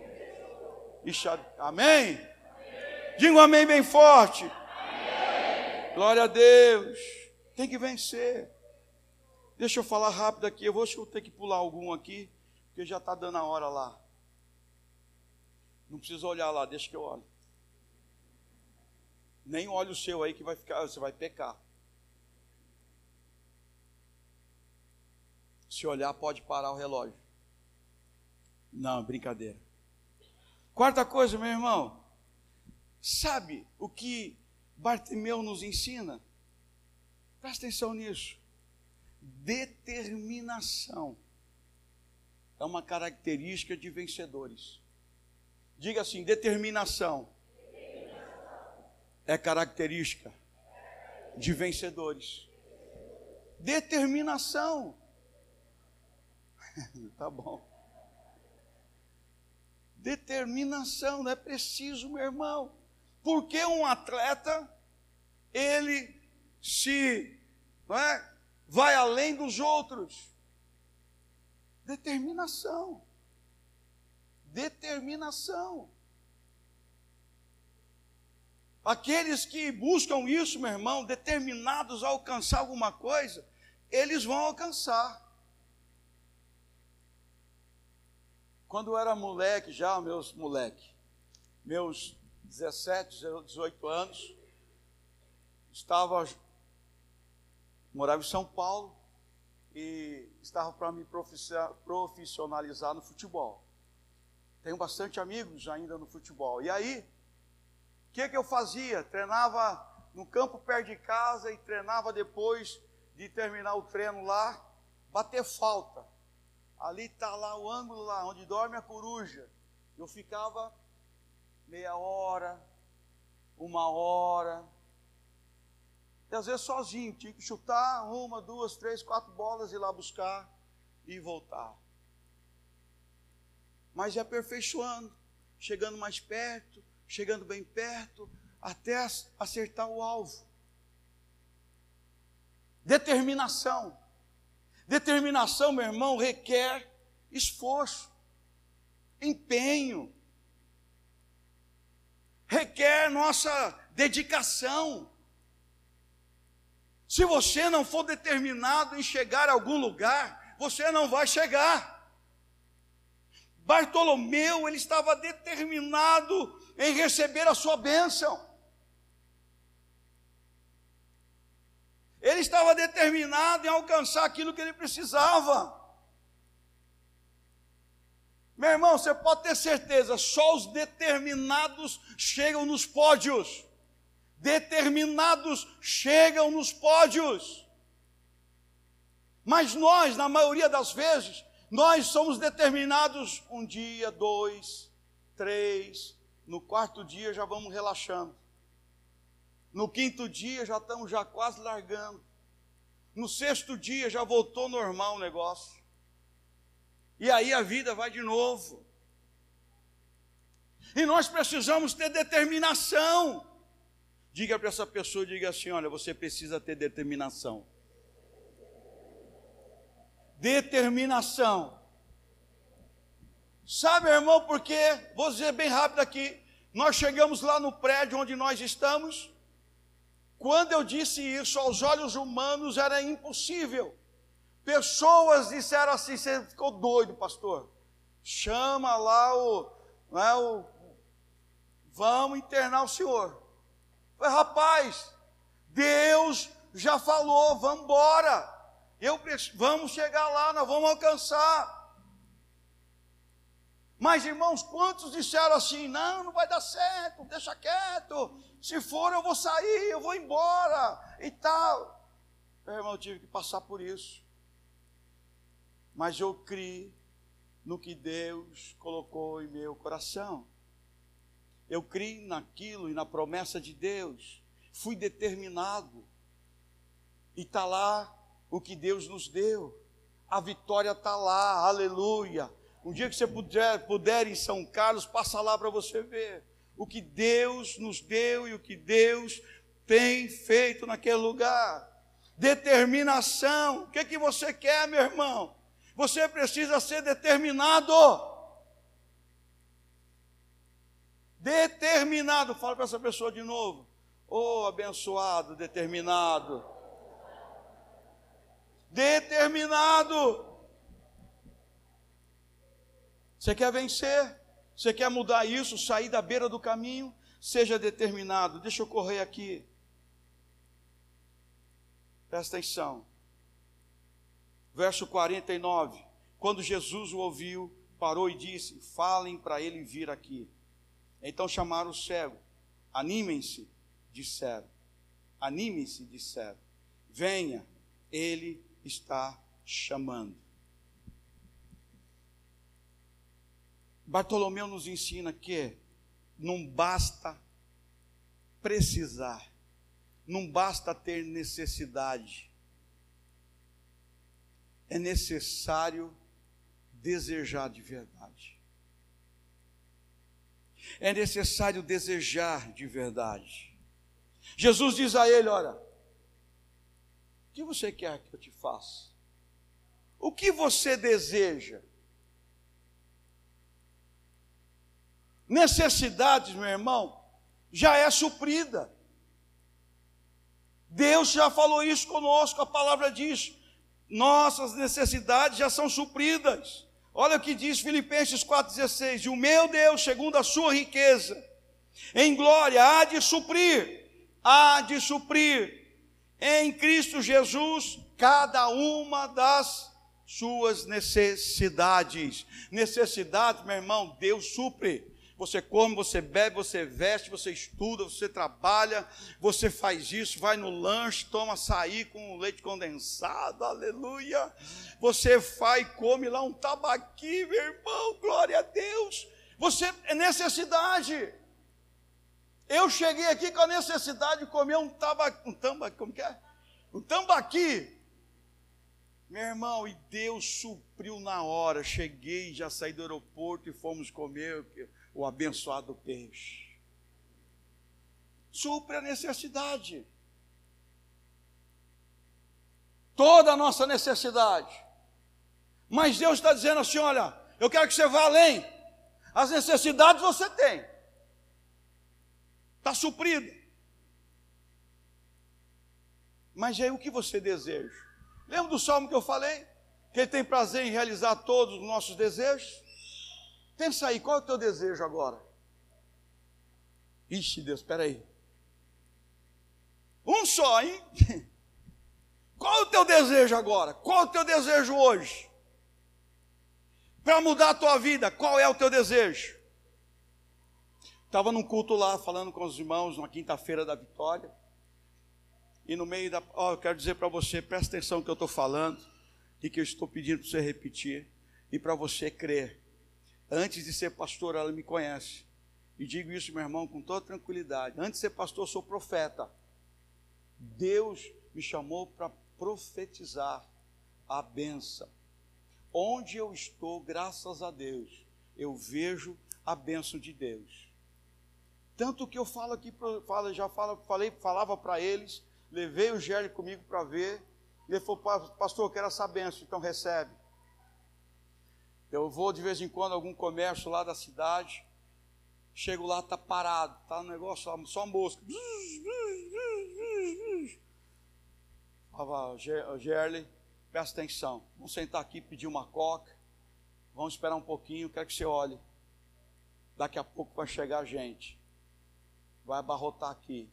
Amém? Diga um amém bem forte. Amém. Glória a Deus. Tem que vencer. Deixa eu falar rápido aqui. Eu vou ter que pular algum aqui, porque já está dando a hora lá. Não precisa olhar lá, deixa que eu olhe. Nem olhe o seu aí que vai ficar, você vai pecar. Se olhar, pode parar o relógio. Não, brincadeira. Quarta coisa, meu irmão. Sabe o que Bartimeu nos ensina? Presta atenção nisso. Determinação é uma característica de vencedores. Diga assim, determinação é característica de vencedores. Determinação. Tá bom. Determinação, não é preciso, meu irmão. Porque um atleta, ele vai além dos outros. Determinação. Determinação. Aqueles que buscam isso, meu irmão, determinados a alcançar alguma coisa, eles vão alcançar. Quando eu era moleque, meus 17, 18 anos, morava em São Paulo e estava para me profissionalizar no futebol. Tenho bastante amigos ainda no futebol. E aí, o que eu fazia? Treinava no campo perto de casa e treinava depois de terminar o treino lá, bater falta. Ali está lá o ângulo lá, onde dorme a coruja. Eu ficava meia hora, uma hora, e às vezes sozinho, tinha que chutar 1, 2, 3, 4 bolas, ir lá buscar e voltar. Mas ia aperfeiçoando, chegando mais perto, chegando bem perto, até acertar o alvo. Determinação. Determinação, meu irmão, requer esforço, empenho, requer nossa dedicação. Se você não for determinado em chegar a algum lugar, você não vai chegar. Bartolomeu, ele estava determinado em receber a sua bênção. Ele estava determinado em alcançar aquilo que ele precisava. Meu irmão, você pode ter certeza, só os determinados chegam nos pódios. Determinados chegam nos pódios. Mas nós, na maioria das vezes, nós somos determinados 1 dia, 2, 3, no 4º dia já vamos relaxando. No 5º dia já estamos quase largando. No 6º dia já voltou normal o negócio. E aí a vida vai de novo. E nós precisamos ter determinação. Diga para essa pessoa, diga assim, olha, você precisa ter determinação. Determinação. Sabe, irmão, porque, vou dizer bem rápido aqui, nós chegamos lá no prédio onde nós estamos. Quando eu disse isso, aos olhos humanos era impossível. Pessoas disseram assim, você ficou doido, pastor. Chama lá vamos internar o senhor. Eu falei, rapaz, Deus já falou, vamos embora. Vamos chegar lá, nós vamos alcançar. Mas, irmãos, quantos disseram assim, não vai dar certo, deixa quieto, se for eu vou sair, eu vou embora, e tal. Meu irmão, eu tive que passar por isso. Mas eu criei no que Deus colocou em meu coração. Eu criei naquilo e na promessa de Deus. Fui determinado. E está lá o que Deus nos deu. A vitória está lá, aleluia. Um dia que você puder ir em São Carlos, passa lá para você ver o que Deus nos deu e o que Deus tem feito naquele lugar. Determinação. O que você quer, meu irmão? Você precisa ser determinado. Determinado. Fala para essa pessoa de novo. Oh, abençoado, determinado. Determinado. Você quer vencer? Você quer mudar isso, sair da beira do caminho? Seja determinado. Deixa eu correr aqui. Presta atenção. Verso 49. Quando Jesus o ouviu, parou e disse, falem para ele vir aqui. Então chamaram o cego. Animem-se, disseram. Anime-se, disseram. Venha, ele está chamando. Bartolomeu nos ensina que não basta precisar, não basta ter necessidade, é necessário desejar de verdade. É necessário desejar de verdade. Jesus diz a ele, olha, o que você quer que eu te faça? O que você deseja? Necessidades, meu irmão, já é suprida. Deus já falou isso conosco, a palavra diz, nossas necessidades já são supridas. Olha o que diz Filipenses 4,16, e o meu Deus, segundo a sua riqueza, em glória, há de suprir em Cristo Jesus cada uma das suas necessidades. Necessidades, meu irmão, Deus supre. Você come, você bebe, você veste, você estuda, você trabalha, você faz isso, vai no lanche, toma açaí com leite condensado, aleluia. Você vai e come lá um tambaqui, meu irmão, glória a Deus. Você é necessidade. Eu cheguei aqui com a necessidade de comer um tambaqui. Meu irmão, e Deus supriu na hora. Cheguei, já saí do aeroporto e fomos comer o abençoado peixe. Supre a necessidade. Toda a nossa necessidade. Mas Deus está dizendo assim, olha, eu quero que você vá além. As necessidades você tem. Está suprido. Mas aí o que você deseja? Lembra do salmo que eu falei? Que Ele tem prazer em realizar todos os nossos desejos? Pensa aí, qual é o teu desejo agora? Ixi, Deus, espera aí. Um só, hein? Qual é o teu desejo agora? Qual é o teu desejo hoje? Para mudar a tua vida, qual é o teu desejo? Estava num culto lá, falando com os irmãos, na quinta-feira da Vitória. E no meio da... eu quero dizer para você, presta atenção no que eu estou falando, e que eu estou pedindo para você repetir, e para você crer. Antes de ser pastor, ela me conhece. E digo isso, meu irmão, com toda tranquilidade. Antes de ser pastor, eu sou profeta. Deus me chamou para profetizar a bênção. Onde eu estou, graças a Deus, eu a bênção de Deus. Tanto que eu falo aqui, falava para eles, levei o Gérlio comigo para ver, e ele falou, pastor, eu quero essa bênção, então recebe. Eu vou de vez em quando a algum comércio lá da cidade, chego lá, está parado, está um negócio lá, só mosca. Falava, Gerli, presta atenção, vamos sentar aqui, pedir uma coca, vamos esperar um pouquinho, quero que você olhe. Daqui a pouco vai chegar gente, vai abarrotar aqui.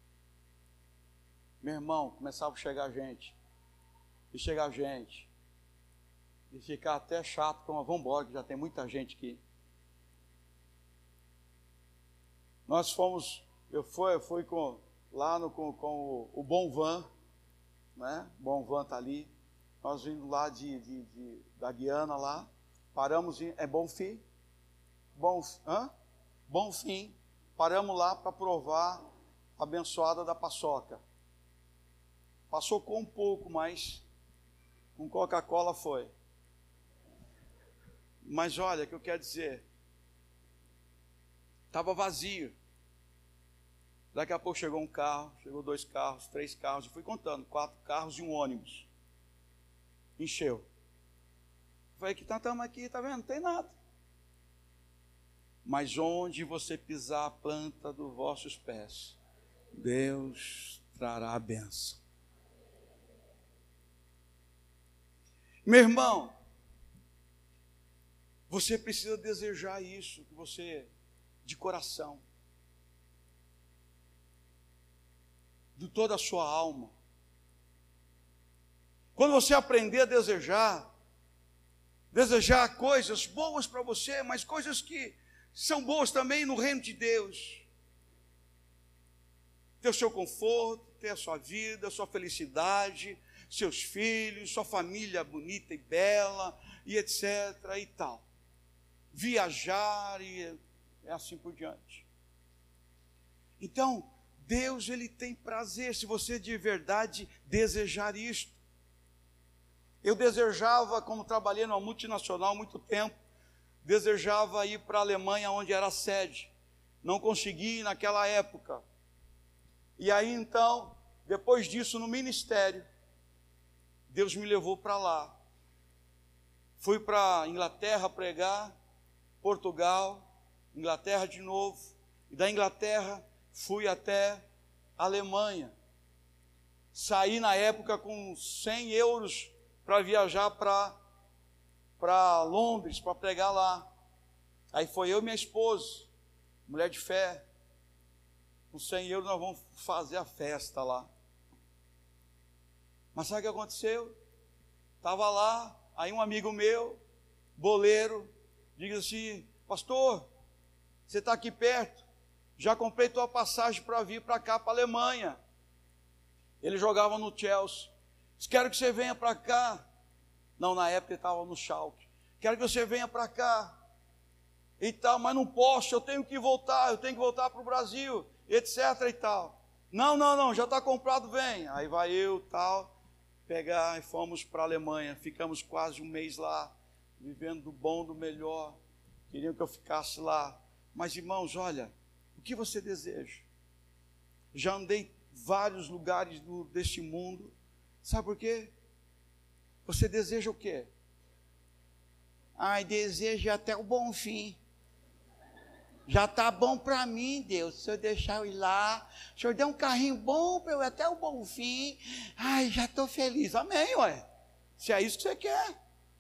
Meu irmão, começava a chegar gente, e chegar gente, e ficar até chato, como vamos embora, que já tem muita gente aqui. Nós fomos, eu fui com o Bom Van, né? O Bom Van está ali. Nós vindo lá da Guiana lá, paramos em Bonfim, Bonfim, paramos lá para provar a abençoada da paçoca. Passou com um pouco, mas com Coca-Cola foi. Mas olha, o que eu quero dizer, estava vazio. Daqui a pouco chegou um carro, chegou 2 carros, 3 carros, eu fui contando, 4 carros e um ônibus. Encheu. Falei que estamos aqui, está vendo? Não tem nada. Mas onde você pisar a planta dos vossos pés, Deus trará a bênção. Meu irmão, você precisa desejar isso, que você, de coração, de toda a sua alma. Quando você aprender a desejar coisas boas para você, mas coisas que são boas também no reino de Deus. Ter o seu conforto, ter a sua vida, a sua felicidade, seus filhos, sua família bonita e bela, e etc. e tal. Viajar e assim por diante. Então, Deus, Ele tem prazer, se você de verdade desejar isto. Eu desejava, como trabalhei numa multinacional há muito tempo, desejava ir para a Alemanha, onde era a sede. Não consegui naquela época. E aí então, depois disso, no ministério, Deus me levou para lá. Fui para a Inglaterra pregar, Portugal, Inglaterra de novo. E da Inglaterra fui até a Alemanha. Saí na época com 100 euros para viajar para Londres, para pregar lá. Aí foi eu e minha esposa, mulher de fé. Com 100 euros nós vamos fazer a festa lá. Mas sabe o que aconteceu? Estava lá, aí um amigo meu, boleiro, diz assim: pastor, você está aqui perto, já comprei tua passagem para vir para cá, para a Alemanha. Ele jogava no Chelsea. Disse: quero que você venha para cá. Não, na época ele estava no Schalke. Quero que você venha para cá. E tal, mas não posso, eu tenho que voltar para o Brasil, etc e tal. Não, já está comprado, vem. Aí vai eu, tal, pegar e fomos para a Alemanha. Ficamos quase um mês lá, vivendo do bom, do melhor. Queriam que eu ficasse lá. Mas, irmãos, olha, o que você deseja? Já andei vários lugares deste mundo. Sabe por quê? Você deseja o quê? Ai, desejo até o bom fim. Já está bom para mim, Deus, se eu deixar eu ir lá. O Senhor deu um carrinho bom para eu ir até o bom fim. Ai, já estou feliz. Amém, ué. Se é isso que você quer.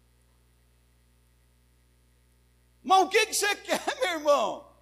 Mas o que você quer, meu irmão?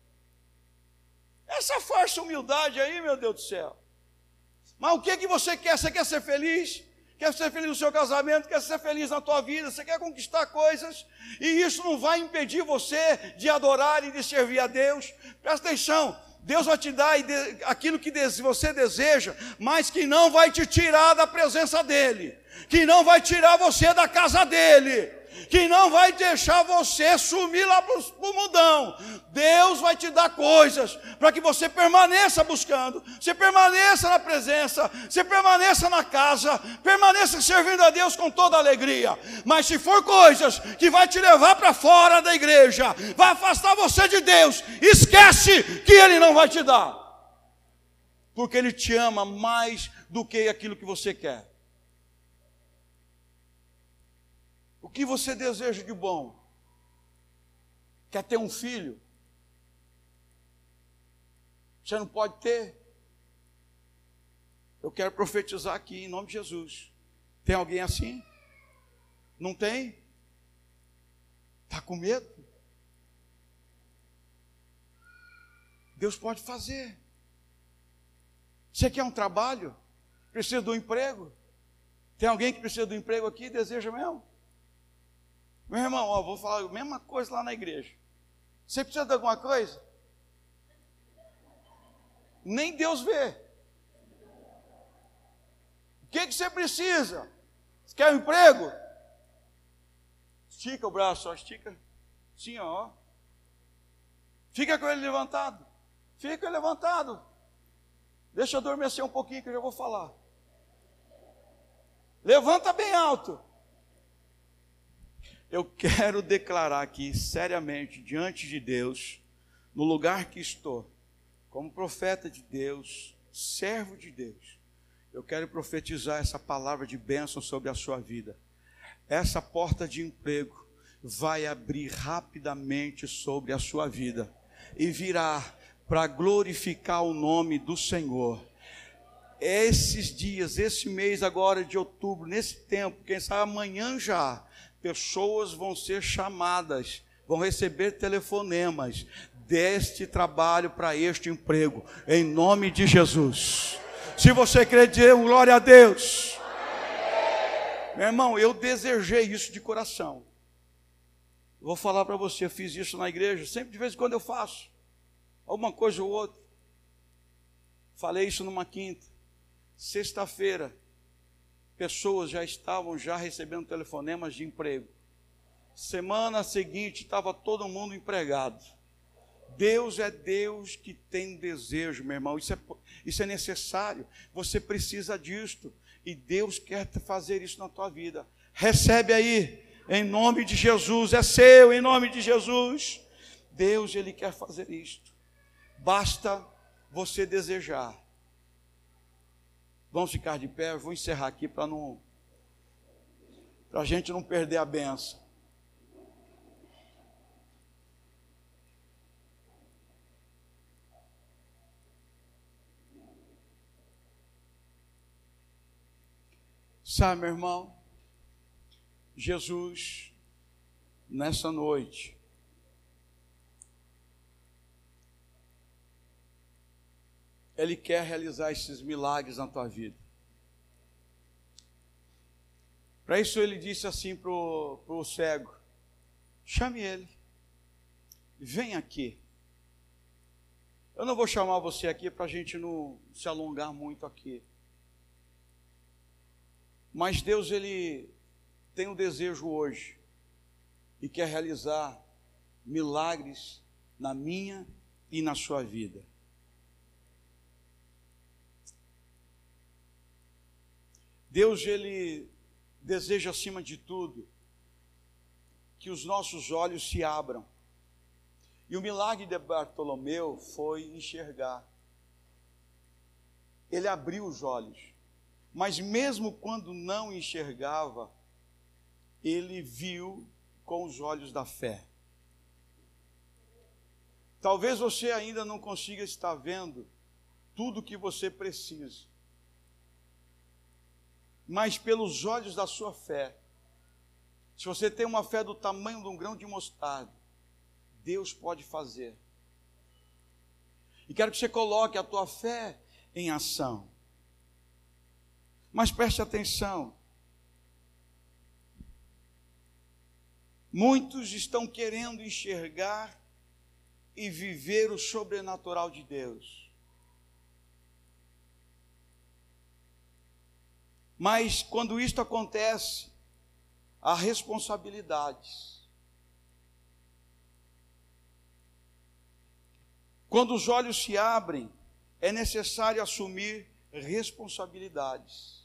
Essa falsa humildade aí, meu Deus do céu. Mas o que você quer? Você quer ser feliz? Quer ser feliz no seu casamento? Quer ser feliz na tua vida? Você quer conquistar coisas? E isso não vai impedir você de adorar e de servir a Deus. Presta atenção. Deus vai te dar aquilo que você deseja, mas que não vai te tirar da presença dEle. Que não vai tirar você da casa dEle. Que não vai deixar você sumir lá para o mundão. Deus vai te dar coisas para que você permaneça buscando, você permaneça na presença, você permaneça na casa, permaneça servindo a Deus com toda alegria. Mas se for coisas que vai te levar para fora da igreja, vai afastar você de Deus, esquece que Ele não vai te dar, porque Ele te ama mais do que aquilo que você quer. O que você deseja de bom? Quer ter um filho? Você não pode ter? Eu quero profetizar aqui em nome de Jesus. Tem alguém assim? Não tem? Está com medo? Deus pode fazer. Você quer um trabalho? Precisa de um emprego? Tem alguém que precisa de um emprego aqui? Deseja mesmo? Meu irmão, vou falar a mesma coisa lá na igreja. Você precisa de alguma coisa? Nem Deus vê. O que você precisa? Você quer um emprego? Estica o braço, ó, estica. Sim, ó. Fica com ele levantado. Fica levantado. Deixa eu adormecer um pouquinho que eu já vou falar. Levanta bem alto. Eu quero declarar aqui, seriamente, diante de Deus, no lugar que estou, como profeta de Deus, servo de Deus, eu quero profetizar essa palavra de bênção sobre a sua vida. Essa porta de emprego vai abrir rapidamente sobre a sua vida e virá para glorificar o nome do Senhor. Esses dias, esse mês agora de outubro, nesse tempo, quem sabe amanhã já, pessoas vão ser chamadas, vão receber telefonemas deste trabalho para este emprego, em nome de Jesus. Se você crê, diga glória a Deus. Meu irmão, eu desejei isso de coração. Vou falar para você, eu fiz isso na igreja, sempre de vez em quando eu faço, alguma coisa ou outra. Falei isso numa quinta. Sexta-feira, pessoas já estavam recebendo telefonemas de emprego. Semana seguinte, estava todo mundo empregado. Deus é Deus que tem desejo, meu irmão. Isso é necessário. Você precisa disto. E Deus quer fazer isso na tua vida. Recebe aí, em nome de Jesus. É seu, em nome de Jesus. Deus, Ele quer fazer isto. Basta você desejar. Vamos ficar de pé, eu vou encerrar aqui para a gente não perder a benção. Sabe, meu irmão, Jesus, nessa noite, Ele quer realizar esses milagres na tua vida. Para isso Ele disse assim para o cego: chame ele, vem aqui. Eu não vou chamar você aqui para a gente não se alongar muito aqui. Mas Deus, Ele tem um desejo hoje e quer realizar milagres na minha e na sua vida. Deus, Ele deseja, acima de tudo, que os nossos olhos se abram. E o milagre de Bartolomeu foi enxergar. Ele abriu os olhos. Mas mesmo quando não enxergava, ele viu com os olhos da fé. Talvez você ainda não consiga estar vendo tudo o que você precisa. Mas pelos olhos da sua fé, se você tem uma fé do tamanho de um grão de mostarda, Deus pode fazer. E quero que você coloque a tua fé em ação. Mas preste atenção. Muitos estão querendo enxergar e viver o sobrenatural de Deus. Mas quando isto acontece, há responsabilidades. Quando os olhos se abrem, é necessário assumir responsabilidades.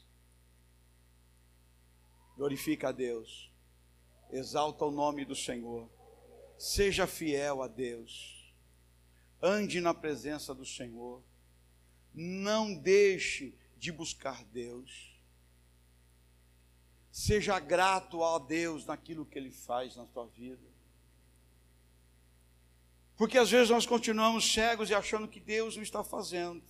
Glorifica a Deus, exalta o nome do Senhor, seja fiel a Deus, ande na presença do Senhor, não deixe de buscar Deus. Seja grato a Deus naquilo que Ele faz na tua vida. Porque às vezes nós continuamos cegos e achando que Deus não está fazendo.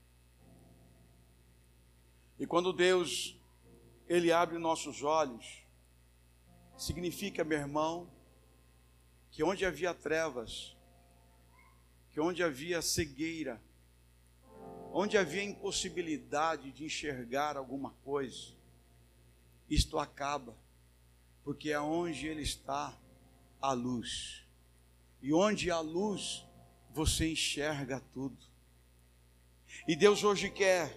E quando Deus, Ele abre nossos olhos, significa, meu irmão, que onde havia trevas, que onde havia cegueira, onde havia impossibilidade de enxergar alguma coisa, isto acaba, porque é onde Ele está a luz. E onde há luz, você enxerga tudo. E Deus hoje quer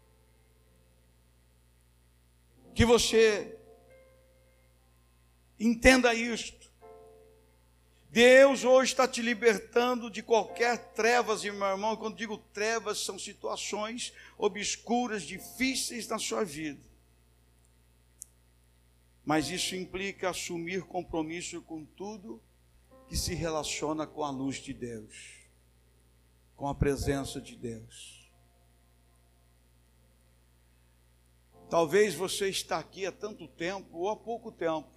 que você entenda isto. Deus hoje está te libertando de qualquer trevas, e meu irmão, quando digo trevas, são situações obscuras, difíceis na sua vida. Mas isso implica assumir compromisso com tudo que se relaciona com a luz de Deus, com a presença de Deus. Talvez você está aqui há tanto tempo ou há pouco tempo,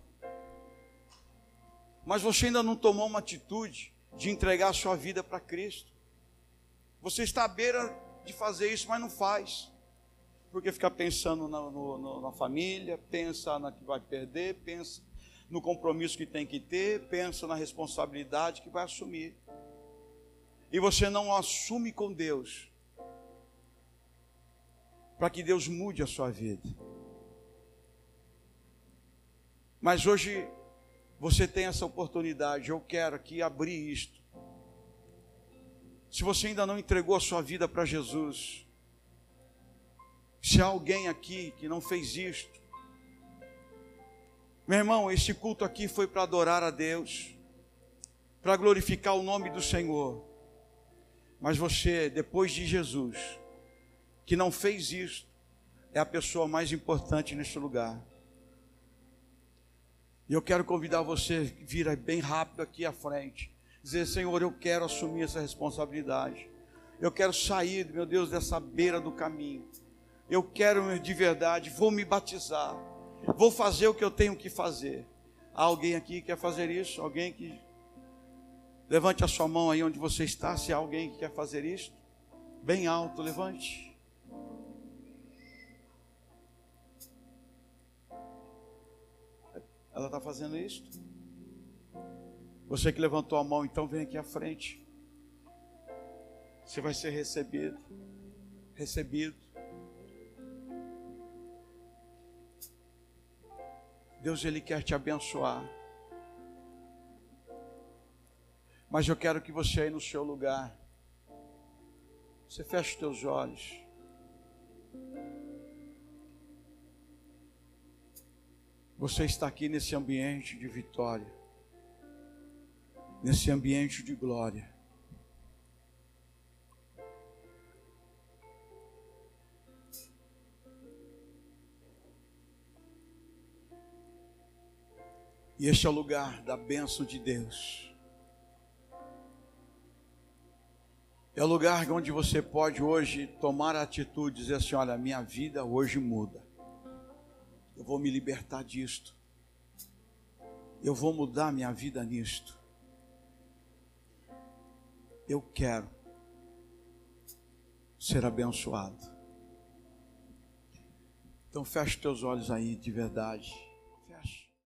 mas você ainda não tomou uma atitude de entregar a sua vida para Cristo. Você está à beira de fazer isso, mas não faz. Porque fica pensando na família, pensa na que vai perder, pensa no compromisso que tem que ter, pensa na responsabilidade que vai assumir. E você não assume com Deus, para que Deus mude a sua vida. Mas hoje você tem essa oportunidade. Eu quero aqui abrir isto. Se você ainda não entregou a sua vida para Jesus, se há alguém aqui que não fez isto, meu irmão, esse culto aqui foi para adorar a Deus, para glorificar o nome do Senhor. Mas você, depois de Jesus, que não fez isso, é a pessoa mais importante neste lugar. E eu quero convidar você a vir bem rápido aqui à frente, dizer: Senhor, eu quero assumir essa responsabilidade. Eu quero sair, meu Deus, dessa beira do caminho. Eu quero de verdade, vou me batizar, vou fazer o que eu tenho que fazer. Há alguém aqui que quer fazer isso? Alguém que... Levante a sua mão aí onde você está, se há alguém que quer fazer isso. Bem alto, levante. Ela está fazendo isso. Você que levantou a mão, então vem aqui à frente. Você vai ser recebido. Deus, Ele quer te abençoar. Mas eu quero que você aí no seu lugar, você feche os teus olhos. Você está aqui nesse ambiente de vitória, nesse ambiente de glória. E este é o lugar da bênção de Deus. É o lugar onde você pode hoje tomar a atitude e dizer assim: olha, minha vida hoje muda. Eu vou me libertar disto. Eu vou mudar minha vida nisto. Eu quero ser abençoado. Então feche teus olhos aí de verdade.